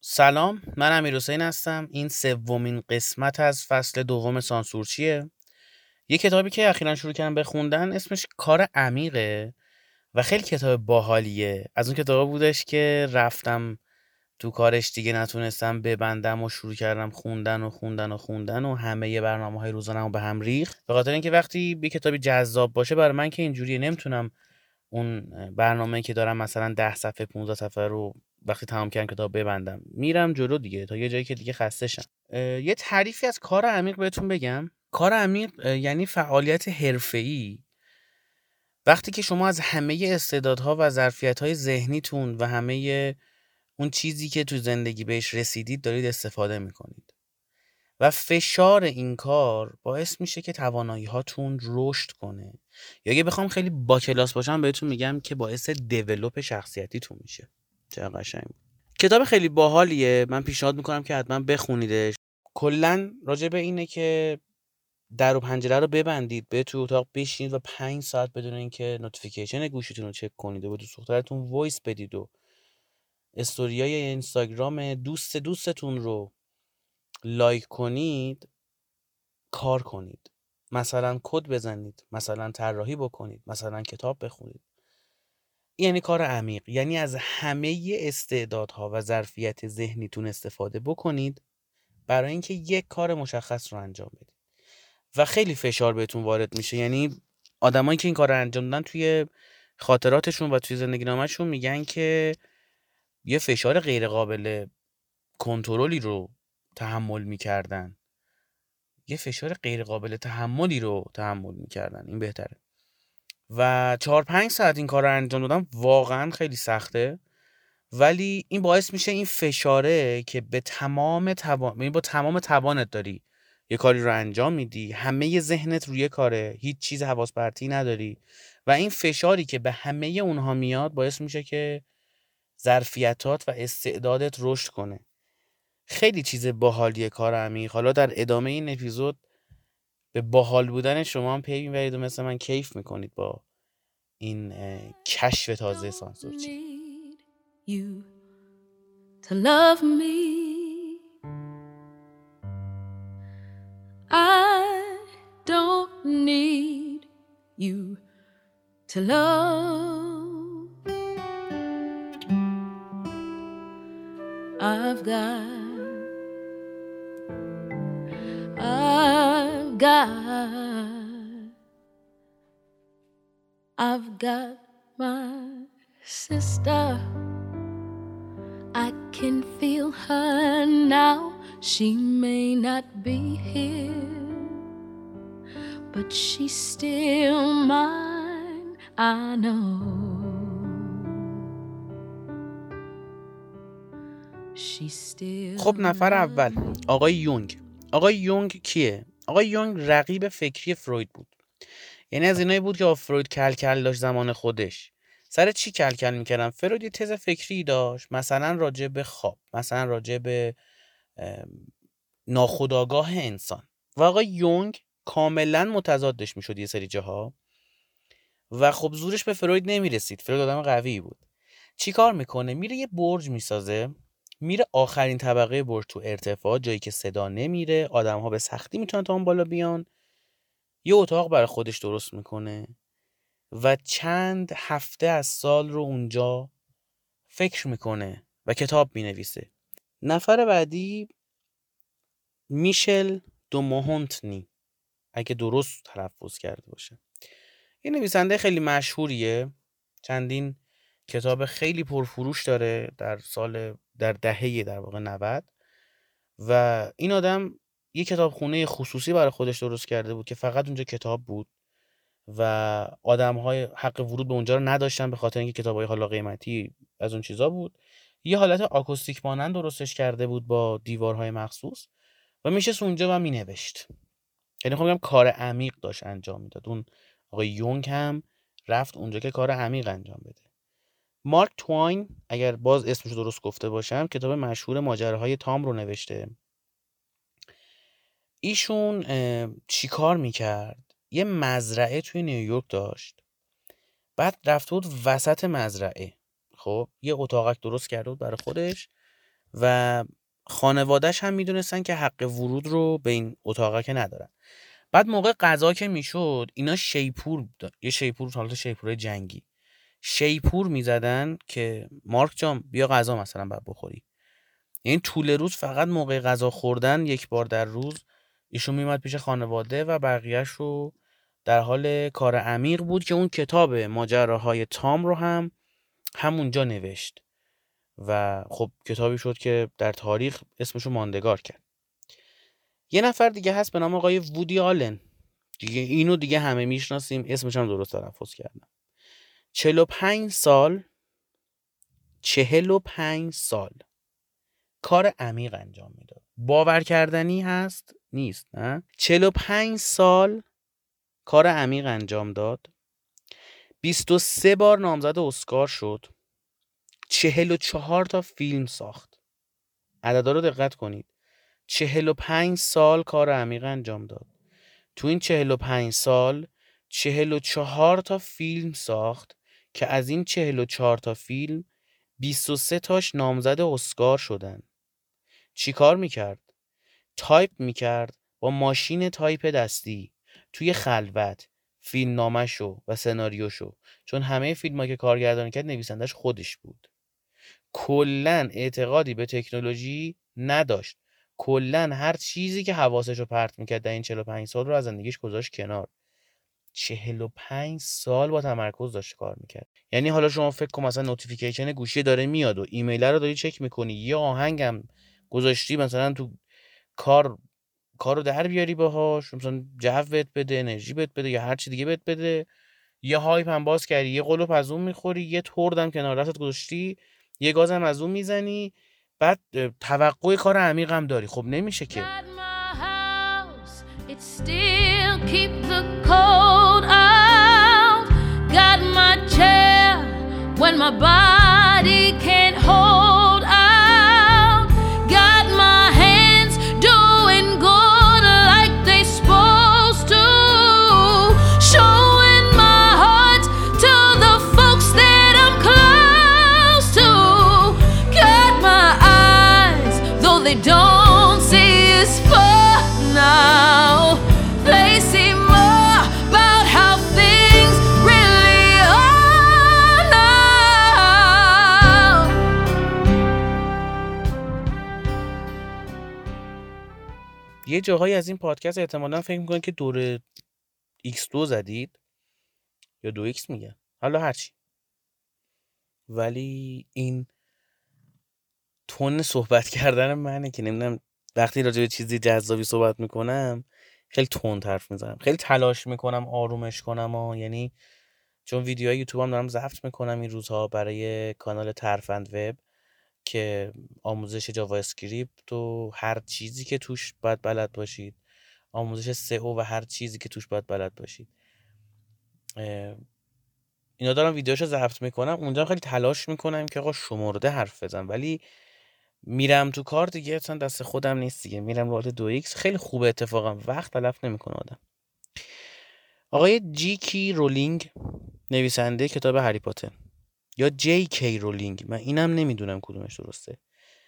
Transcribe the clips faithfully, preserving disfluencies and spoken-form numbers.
سلام، من امیرحسین هستم. این سومین قسمت از فصل دوم سانسورچیه. یه کتابی که اخیراً شروع کردم بخوندن اسمش کار عمیقه و خیلی کتاب باحالیه. از اون کتابا بودش که رفتم تو کارش دیگه نتونستم ببندم و شروع کردم خوندن و خوندن و خوندن و همه برنامه‌های روزانه‌مو به هم ریخت. به خاطر اینکه وقتی یه کتابی جذاب باشه برای من که اینجوریه، نمیتونم اون برنامه‌ای که دارم مثلا ده صفحه پانزده صفحه رو وقتی تمام کردم کتاب ببندم، میرم جلو دیگه تا یه جایی که دیگه خسته شم. یه تعریفی از کار عمیق بهتون بگم. کار عمیق اه، یعنی فعالیت حرفه‌ای. وقتی که شما از همه استعدادها و ظرفیت‌های ذهنیتون و همه اون چیزی که تو زندگی بهش رسیدید دارید استفاده میکنید و فشار این کار باعث میشه که توانایی هاتون رشد کنه، یا اگه بخوام خیلی با کلاس باشم بهتون میگم که باعث دیولپ شخصیتیتون میشه. چه قشنگ بود. کتاب خیلی باحالیه، من پیشنهاد میکنم که حتما بخونیدش. کلا راجع به اینه که در و پنجره رو ببندید، به تو اتاق بشینید و پنج ساعت بدون اینکه نوتیفیکیشن گوشیتون رو چک کنید و به دوست دخترتون وایس بدید و استوریای اینستاگرام دوست دوستتون رو لایک کنید، کار کنید. مثلا کد بزنید، مثلا طراحی بکنید، مثلا کتاب بخونید. یعنی کار عمیق، یعنی از همه استعدادها و ظرفیت ذهنیتون استفاده بکنید برای اینکه یک کار مشخص رو انجام بدید و خیلی فشار بهتون وارد میشه. یعنی آدمایی که این کار رو انجام دادن توی خاطراتشون و توی زندگی نامه‌شون میگن که یه فشار غیر قابل کنترلی رو تحمل میکردن، یه فشار غیر قابل تحملی رو تحمل میکردن، این بهتره. و چهار پنج ساعت این کار رو انجام دادن واقعا خیلی سخته، ولی این باعث میشه این فشاره که به تمام توان، یعنی با تمام توانت داری یه کاری رو انجام میدی، همه ذهنت روی کاره، هیچ چیز حواس پرتی نداری و این فشاری که به همه اونها میاد باعث میشه که ظرفیتات و استعدادت رشد کنه. خیلی چیز باحالیه کار عمیق. حالا در ادامه این اپیزود به باحال بودن شما هم پی میبرید و مثل من کیف میکنید با این کشف تازه سانسورچی. You to love me, I don't need you to love. I've got, I've got, I've got my sister. I can feel her now. She may not be here, but she's still mine, I know. She's still خب نفر اول آقای یونگ. آقای یونگ کیه؟ آقای یونگ رقیب فکری فروید بود. یعنی از اینایی بود که با فروید کل کل داشت زمان خودش. سر چی کل کل میکردن؟ فروید یه تز فکری داشت، مثلا راجع به خواب، مثلا راجع به ناخودآگاه انسان، و آقای یونگ کاملا متضادش میشد یه سری جاها و خب زورش به فروید نمیرسید. فروید آدم قوی بود. چی کار میکنه؟ میره یه برج میسازه، میره آخرین طبقه برج تو ارتفاع، جایی که صدا نمیره، آدم‌ها به سختی میتونن تا اون بالا بیان. یه اتاق برای خودش درست میکنه و چند هفته از سال رو اونجا فکر میکنه و کتاب مینویسه. نفر بعدی میشل دوموهونتنی، اگه درست تلفظ کرده باشه. یه نویسنده خیلی مشهوریه، چندین کتاب خیلی پرفروش داره در سال در دهه در واقع نود، و این آدم یه کتابخونه خصوصی برای خودش درست کرده بود که فقط اونجا کتاب بود و آدم‌های حق ورود به اونجا رو نداشتن به خاطر اینکه کتاب‌های حالا قیمتی از اون چیزا بود. یه حالت آکوستیک مانند درستش کرده بود با دیوارهای مخصوص و میشه اونجا و مینوشت. یعنی خب میگم کار عمیق داشت انجام میداد. اون آقای یونگ هم رفت اونجا که کار عمیق انجام بده. مارک تواین، اگر باز اسمش رو درست گفته باشم، کتاب مشهور ماجراهای تام رو نوشته. ایشون چی کار میکرد؟ یه مزرعه توی نیویورک داشت، بعد رفته بود وسط مزرعه، خب یه اتاقک درست کرده بود برای خودش و خانواده‌اش هم میدونستن که حق ورود رو به این اتاقه که ندارن. بعد موقع غذا که میشد اینا شیپور دا. یه شیپور، حالت شیپور جنگی، شیپور میزدن که مارک جان بیا غذا مثلا بعد بخوری. یعنی طول روز فقط موقع غذا خوردن یک بار در روز ایشون میمد پیش خانواده و بقیهش رو در حال کار عمیق بود که اون کتاب ماجراهای تام رو هم همونجا نوشت و خب کتابی شد که در تاریخ اسمشو ماندگار کرد. یه نفر دیگه هست به نام آقای وودی آلن، دیگه اینو دیگه همه میشناسیم، اسمش هم درست تلفظ کردم. چهل و پنج سال چهل و پنج سال کار عمیق انجام میداد. باور کردنی هست؟ نیست نه؟ چهل و پنج سال کار عمیق انجام داد. بیست و سه بار نامزد اسکار شد. چهل و چهار تا فیلم ساخت. عددا رو دقت کنید. چهل و پنج سال کار عمیق انجام داد. تو این چهل و پنج سال چهل و چهار تا فیلم ساخت که از این چهل و چهار تا فیلم بیست و سه تاش نامزد اسکار شدن. چی کار میکرد؟ تایپ میکرد با ماشین تایپ دستی توی خلوت فیلم نامشو و سناریوشو، چون همه فیلم ها که کارگردانی کرد نویسندش خودش بود. کلن اعتقادی به تکنولوژی نداشت. کلن هر چیزی که حواسشو پرت میکرد در این چهل و پنج سال رو از زندگیش گذاشت کنار. چهل و پنج سال با تمرکز داشت کار میکرد. یعنی حالا شما فکر کن مثلا نوتیفیکیشن گوشی داره میاد و ایمیل رو داری چک میکنی، یه آهنگم گذاشتی مثلا تو کار کارو در بیاری باهاش، مثلا جو بهت بده، انرژی بهت بده یا هر چی دیگه بهت بده، یه هایپ هم باز کردی، یه قلوپ از اون میخوری، یه توردم کنار دستت گذاشتی، یه گازم از اون میزنی، بعد توقع کار عمیق هم داری. خب نمیشه که. When my body can't hold out, got my hands doing good like they supposed to, showing my heart to the folks that I'm close to, got my eyes, though they don't see as far now, they see more about how things really are now. یه جاهایی از این پادکست احتمالاً فکر میکنن که دور ایکس دو زدید یا دو ایکس میگن، حالا هرچی، ولی این تون صحبت کردن منه که نمیدونم وقتی راجع به چیزی جذابی صحبت میکنم خیلی تند حرف میزنم، خیلی تلاش میکنم آرومش کنم ها. یعنی چون ویدیوهای یوتیوب هم دارم ضبط میکنم این روزها برای کانال ترفند وب که آموزش جاوا اسکریپت و هر چیزی که توش باید بلد باشید، آموزش سئو و هر چیزی که توش باید بلد باشید، اینا دارم ویدیوشو ضبط میکنم. اونجا خیلی تلاش میکنم که آقا شمرده حرف بزنم، ولی میرم تو کار دیگه اصلا دست خودم نیست دیگه، میرم رو دو ایکس. خیلی خوبه اتفاقا، وقت تلف نمیکنه آدم. آقای جی کی رولینگ نویسنده کتاب هری پاتر یا جی کی رولینگ، من اینم نمیدونم کدومش درسته،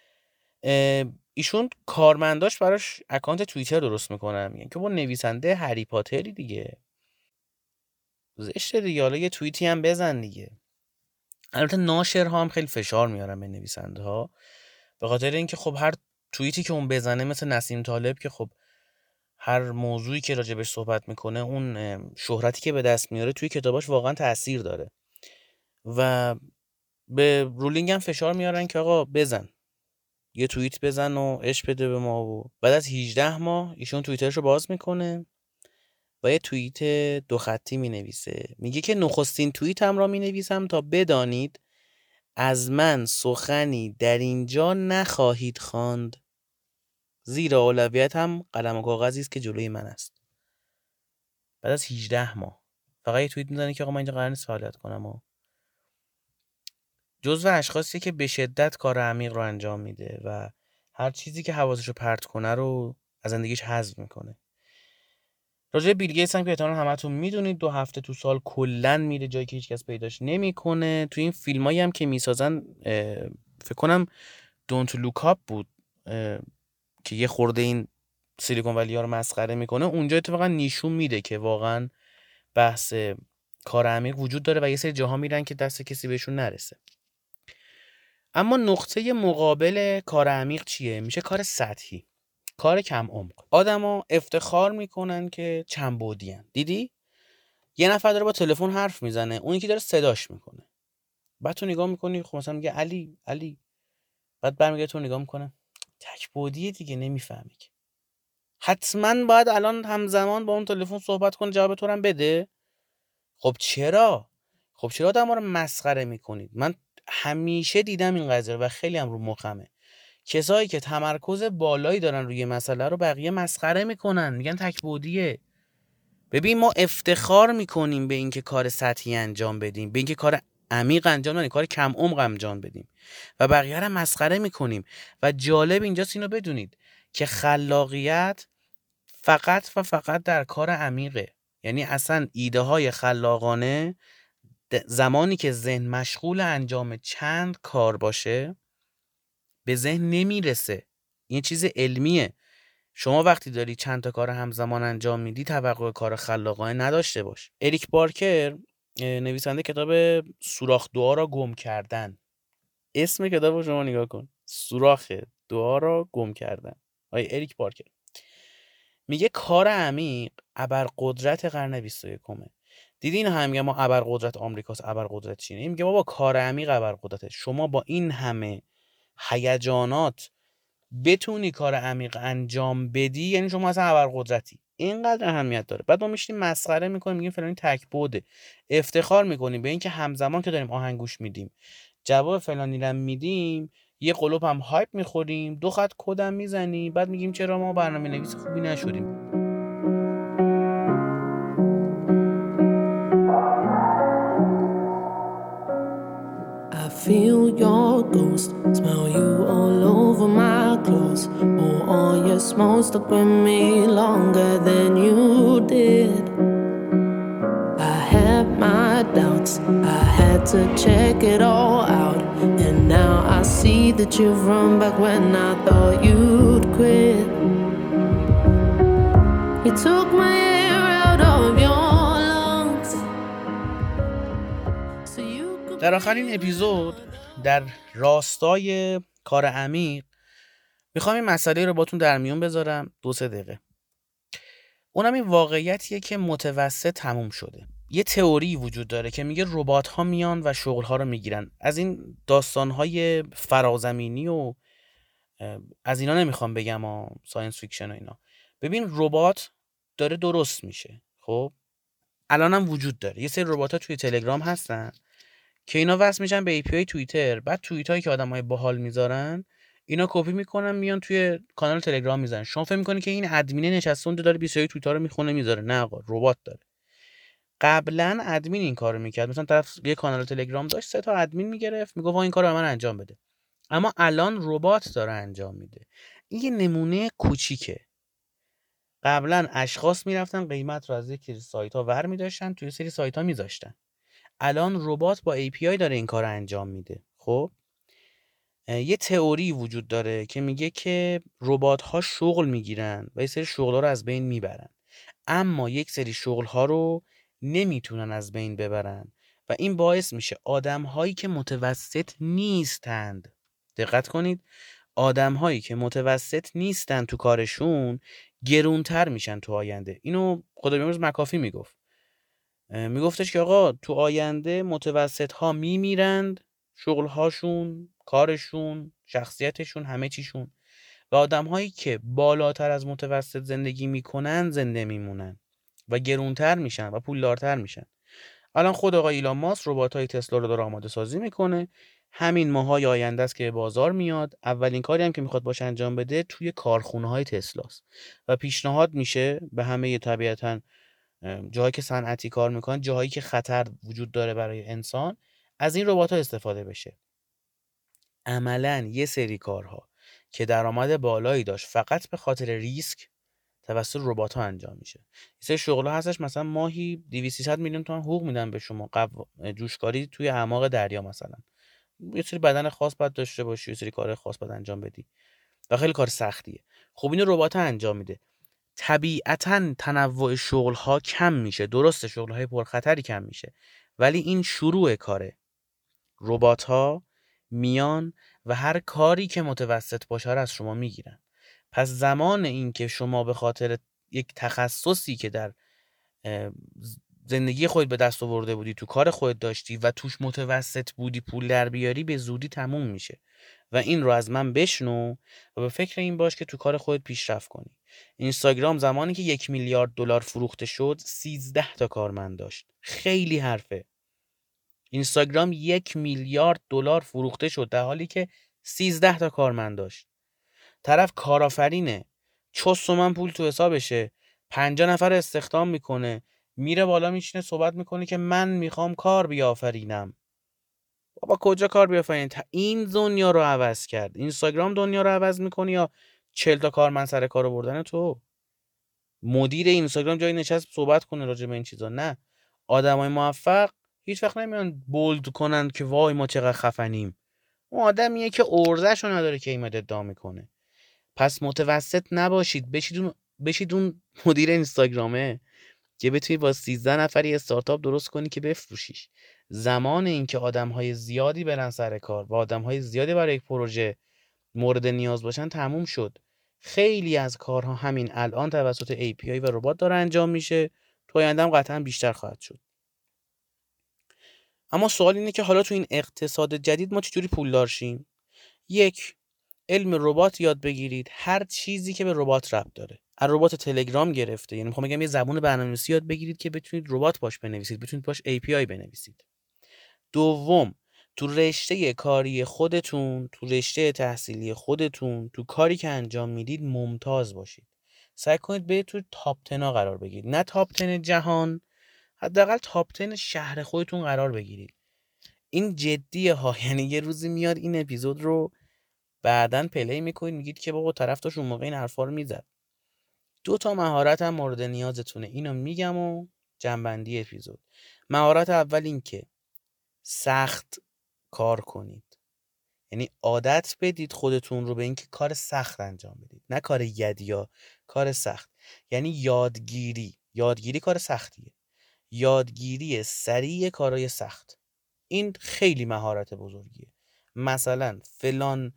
ایشون کارمنداش براش اکانت توییتر درست میکنن، میگن که با نویسنده هری پاتری دیگه زشته دیگه، حالا یه توییتی هم بزن دیگه. البته ناشرها هم خیلی فشار میارن به نویسنده ها به خاطر اینکه خب هر توییتی که اون بزنه، مثل نسیم طالب که خب هر موضوعی که راجبش صحبت میکنه اون شهرتی که به دست میاره توی کتاباش واقعا تأثیر داره و به رولینگ هم فشار میارن که آقا بزن یه توییت بزن و اش بده به ما. و بعد از هجده ماه ایشون توییترشو باز میکنه و یه توییت دو خطی مینویسه، میگه که نخستین توییتم را مینویسم تا بدانید از من سخنی در اینجا نخواهید خواند، زیرا اولویت هم قلم و کاغذی است که جلوی من است. بعد از هجده ماه فقط یه توییت میزنه که آقا من اینجا قرار نیست فعالیت کنم و جزو اشخاصی که به شدت کار عمیق رو انجام میده و هر چیزی که حواسشو پرت کنه رو از زندگیش حذف میکنه. راجع بیل گیتس هم که احتمالاً همتون میدونید دو هفته تو سال کلا میره جایی که هیچکس پیداش نمیکنه. تو این فیلمایی هم که میسازن فکر کنم دونت لوک آپ بود که یه خورده این سیلیکون ولی ها رو مسخره میکنه، اونجا اتفاقا نشون میده که واقعا بحث کار عمیق وجود داره و یه سری جاها میرن که دست کسی بهشون نرسه. اما نقطه مقابل کار عمیق چیه؟ میشه کار سطحی، کار کم عمق. آدما افتخار میکنن که چند بعدی ان. دیدی یه نفر داره با تلفن حرف میزنه، اون یکی داره صداش میکنه، بعد تو نگاه میکنی، خب مثلا میگه علی علی، بعد برمیگره تو نگاه میکنه، تک بعدیه دیگه، نمیفهمی که حتما باید الان همزمان با اون تلفن صحبت کنه، جواب تو هم بده. خب چرا خب چرا آدما رو مسخره میکنید؟ من همیشه دیدم این قضیه و خیلی هم رو مخمه، کسایی که تمرکز بالایی دارن روی مسئله رو بقیه مسخره میکنن، میگن تک بعدیه. ببین ما افتخار میکنیم به اینکه کار سطحی انجام بدیم، به اینکه کار عمیق انجام ندیم، کار کم عمق انجام بدیم و بقیه رو مسخره میکنیم. و جالب اینجاست اینو بدونید که خلاقیت فقط و فقط در کار عمیقه. یعنی اصلا ایده های خلاقانه زمانی که ذهن مشغول انجام چند کار باشه به ذهن نمیرسه. این چیز علمیه. شما وقتی داری چند تا کار همزمان انجام میدی توقع کار خلاقانه نداشته باش. اریک بارکر نویسنده کتاب سوراخ دعا را گم کردن، اسم کتاب رو شما نگاه کن، سوراخ دعا را گم کردن، آقای اریک بارکر میگه کار عمیق ابرقدرت قرن بیست و یکم. دیدین هم میگه ما ابرقدرت آمریکاست، ابرقدرت چینه. میگه بابا کار عمیق ابرقدرته. شما با این همه هیجانات بتونی کار عمیق انجام بدی، یعنی شما اصلا ابرقدرتی. اینقدر اهمیت داره. بعد ما میشیم مسخره میکنیم، میگیم فلانی تک بوده، افتخار میکنیم به اینکه همزمان که داریم آهنگ گوش میدیم جواب فلانی رو میدیم، یه قلوب هم هایپ میخوریم، دو خط کدم میزنیم، بعد میگیم چرا ما برنامه نویس خوبی نشدیم. I feel your ghost, smell you all over my clothes. Oh, all your smoke stuck with me longer than you did. I had my doubts, I had to check it all out. And now I see that you've run back when I thought you'd quit. You took my air out of your lungs. So you could. در آخر این اپیزود در راستای کار عمیق میخوام این مسئله رو باتون در میون بذارم دو سه دقیقه. اونم این واقعیتیه که متوسط تموم شده. یه تئوری وجود داره که میگه ربات ها میان و شغل ها رو میگیرن. از این داستان های فرازمینی و از اینا نمیخوام بگم ها، ساینس فیکشن و اینا. ببین ربات داره درست میشه. خب الان هم وجود داره یه سری ربات ها توی تلگرام هستن که اینا وصل میشن به ای پی آی توییتر، بعد توییت هایی که آدمای باحال میذارن اینا کپی میکنن میان توی کانال تلگرام میذارن. شما فکر میکنی که این ادمین نشسته اونجا داره بیست و یک توییت ها رو میخونه میذاره؟ نه آقا، ربات داره. قبلا ادمین این کارو میکرد، مثلا طرف یه کانال تلگرام داشت سه تا ادمین میگرفت میگفت این کارو به من انجام بده. اما الان ربات داره انجام میده. این یه نمونه کوچیکه. قبلا اشخاص میرفتن قیمت رو از یک سایت ها ور میداشتن توی سری سایت ها میذاشتن. الان ربات با ای پی آی داره این کار رو انجام میده. خب یه تئوری وجود داره که میگه که ربات ها شغل میگیرن و یه سری شغل ها رو از بین میبرن، اما یک سری شغل ها رو نمیتونن از بین ببرن و این باعث میشه آدم هایی که متوسط نیستند، دقت کنید، آدم هایی که متوسط نیستند تو کارشون گرونتر میشن تو آینده. اینو خدا بیامرز مکافی میگفت. میگفتش که آقا تو آینده متوسط ها میمیرند، شغل هاشون، کارشون، شخصیتشون، همه چیشون، و آدم هایی که بالاتر از متوسط زندگی میکنن زنده میمونن و گرونتر میشن و پولدارتر میشن. الان خود آقای ایلان ماسک ربات‌های تسلا رو داره آماده سازی میکنه. همین ماهای آینده است که بازار میاد. اولین کاری هم که میخواد باشه انجام بده توی کارخونه های تسلاست و پیشنهاد میشه به همه طبیعتاً جاهایی که صنعتی کار میکنن، جاهایی که خطر وجود داره برای انسان، از این ربات‌ها استفاده بشه. عملاً یه سری کارها که درآمد بالایی داشت فقط به خاطر ریسک توسط ربات‌ها انجام میشه. یه سری شغل‌ها هستش مثلا ماهی دویست سیصد میلیون تومان حقوق میدن به شما، قو... جوشکاری توی اعماق دریا مثلا، یه سری بدن خاص باید داشته باشی، یه سری کار خاص باید انجام بدی و خیلی کار سختیه. خب اینو ربات انجام میده. طبیعتاً تنوع شغل‌ها کم میشه، درسته شغل‌های پرخطری کم میشه، ولی این شروع کاره. ربات‌ها میان و هر کاری که متوسط باشه رو از شما میگیرن. پس زمان این که شما به خاطر یک تخصصی که در زندگی خودت به دست آورده بودی، تو کار خودت داشتی و توش متوسط بودی پول در بیاری، به زودی تموم میشه. و این رو از من بشنو و به فکر این باش که تو کار خودت پیشرفت کنی. اینستاگرام زمانی که یک میلیارد دلار فروخته شد سیزده تا کارمند داشت. خیلی حرفه. اینستاگرام یک میلیارد دلار فروخته شد در حالی که سیزده تا کارمند داشت. طرف کارآفرینه، چست من پول تو حسابشه، پنجاه نفر استخدام میکنه، میره بالا میشینه صحبت میکنه که من میخوام کار بیافرینم. بابا کجا کار بیافرین؟ این دنیا رو عوض کرد. اینستاگرام دنیا رو عوض میکنی یا چهل تا کارمند سر کار بردن تو؟ مدیر اینستاگرام جایی نشست صحبت کنه راجع به این چیزا؟ نه. آدمای موفق هیچ وقت نمیان بولد کنن که وای ما چقدر خفنیم. اون آدمیه که ارزشو نداره که ایمد ادعا میکنه. پس متوسط نباشید، بشید اون بشید اون مدیر اینستاگرامه که بتونی با سیزده نفری استارتاپ درست کنی که بفروشیش. زمان این که آدم‌های زیادی برن سر کار و آدم‌های زیادی برای یک پروژه مورد نیاز باشن تموم شد. خیلی از کارها همین الان توسط ای پی آی و ربات داره انجام میشه، تو آینده هم قطعا بیشتر خواهد شد. اما سوال اینه که حالا تو این اقتصاد جدید ما چجوری پولدار شیم؟ یک، علم ربات یاد بگیرید. هر چیزی که به ربات ربط داره، از ربات تلگرام گرفته، یعنی میخوام بگم یه زبان برنامه‌نویسی یاد بگیرید که بتونید ربات باش بنویسید، بتونید باش ای پی آی بنویسید. دوم، تو رشته کاری خودتون، تو رشته تحصیلی خودتون، تو کاری که انجام میدید ممتاز باشید. سعی کنید برید تو تاپ ده قرار بگیرید، نه تاپ ده جهان، حداقل تاپ ده شهر خودتون قرار بگیرید. این جدیه ها، یعنی یه روزی میاد این اپیزود رو بعدن پلی میکنید میگید که بابا طرف داشت اون موقع این حرفا رو میزد. دو تا مهارت هم مورد نیازتونه، اینو میگم و جنبندی اپیزود. مهارت اول این که سخت کار کنید، یعنی عادت بدید خودتون رو به اینکه کار سخت انجام بدید، نه کار یدیا، کار سخت. یعنی یادگیری یادگیری کار سختیه، یادگیری سریع کارهای سخت. این خیلی مهارت بزرگیه. مثلا فلان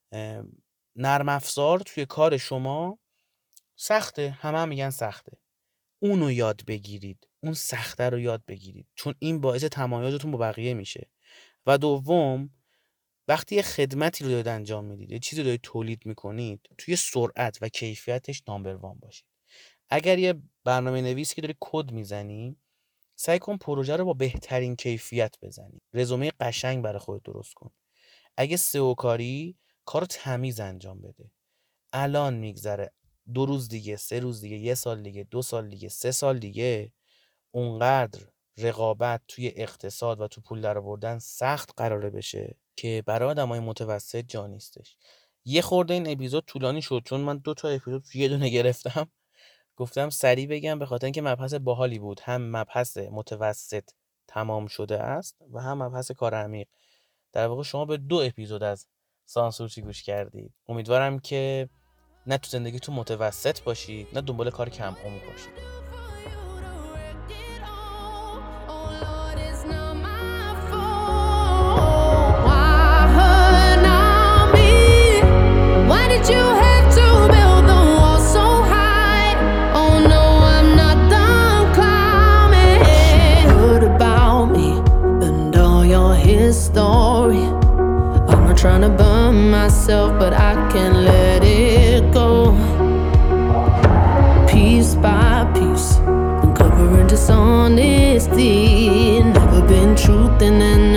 نرم افزار توی کار شما سخته، همه هم میگن سخته، اونو یاد بگیرید، اون سخته رو یاد بگیرید، چون این باعث تمایزتون با بقیه میشه. و دوم، وقتی یه خدمتی رو دارید انجام میدید، یه چیزی رو دارید تولید میکنید، توی سرعت و کیفیتش نامبر وان باشید. اگر یه برنامه نویسی که داری کد میزنی، سعی کن پروژه رو با بهترین کیفیت بزنی، رزومه قشنگ برای خودت درست کن. اگه سئو کاری، کارو تمیز انجام بده. الان میگذره، دو روز دیگه، سه روز دیگه، یه سال دیگه، دو سال دیگه، سه سال دیگه، اونقدر رقابت توی اقتصاد و تو پول درآوردن سخت قراره بشه که برای آدمای متوسط جا نیستش. یه خورده این اپیزود طولانی شد چون من دو تا اپیزود یه دونه گرفتم، گفتم سریع بگم به خاطر اینکه مبحث باحالی بود، هم مبحث متوسط تمام شده است و هم مبحث کار عمیق. در واقع شما به دو اپیزود از سانسورچی گوش کردید. امیدوارم که نه تو زندگیتون متوسط باشید، نه دنبال کار کم عمق باشید. Story. I'm not trying to burn myself, but I can't let it go. Piece by piece, uncovering dishonesty. Never been truth in an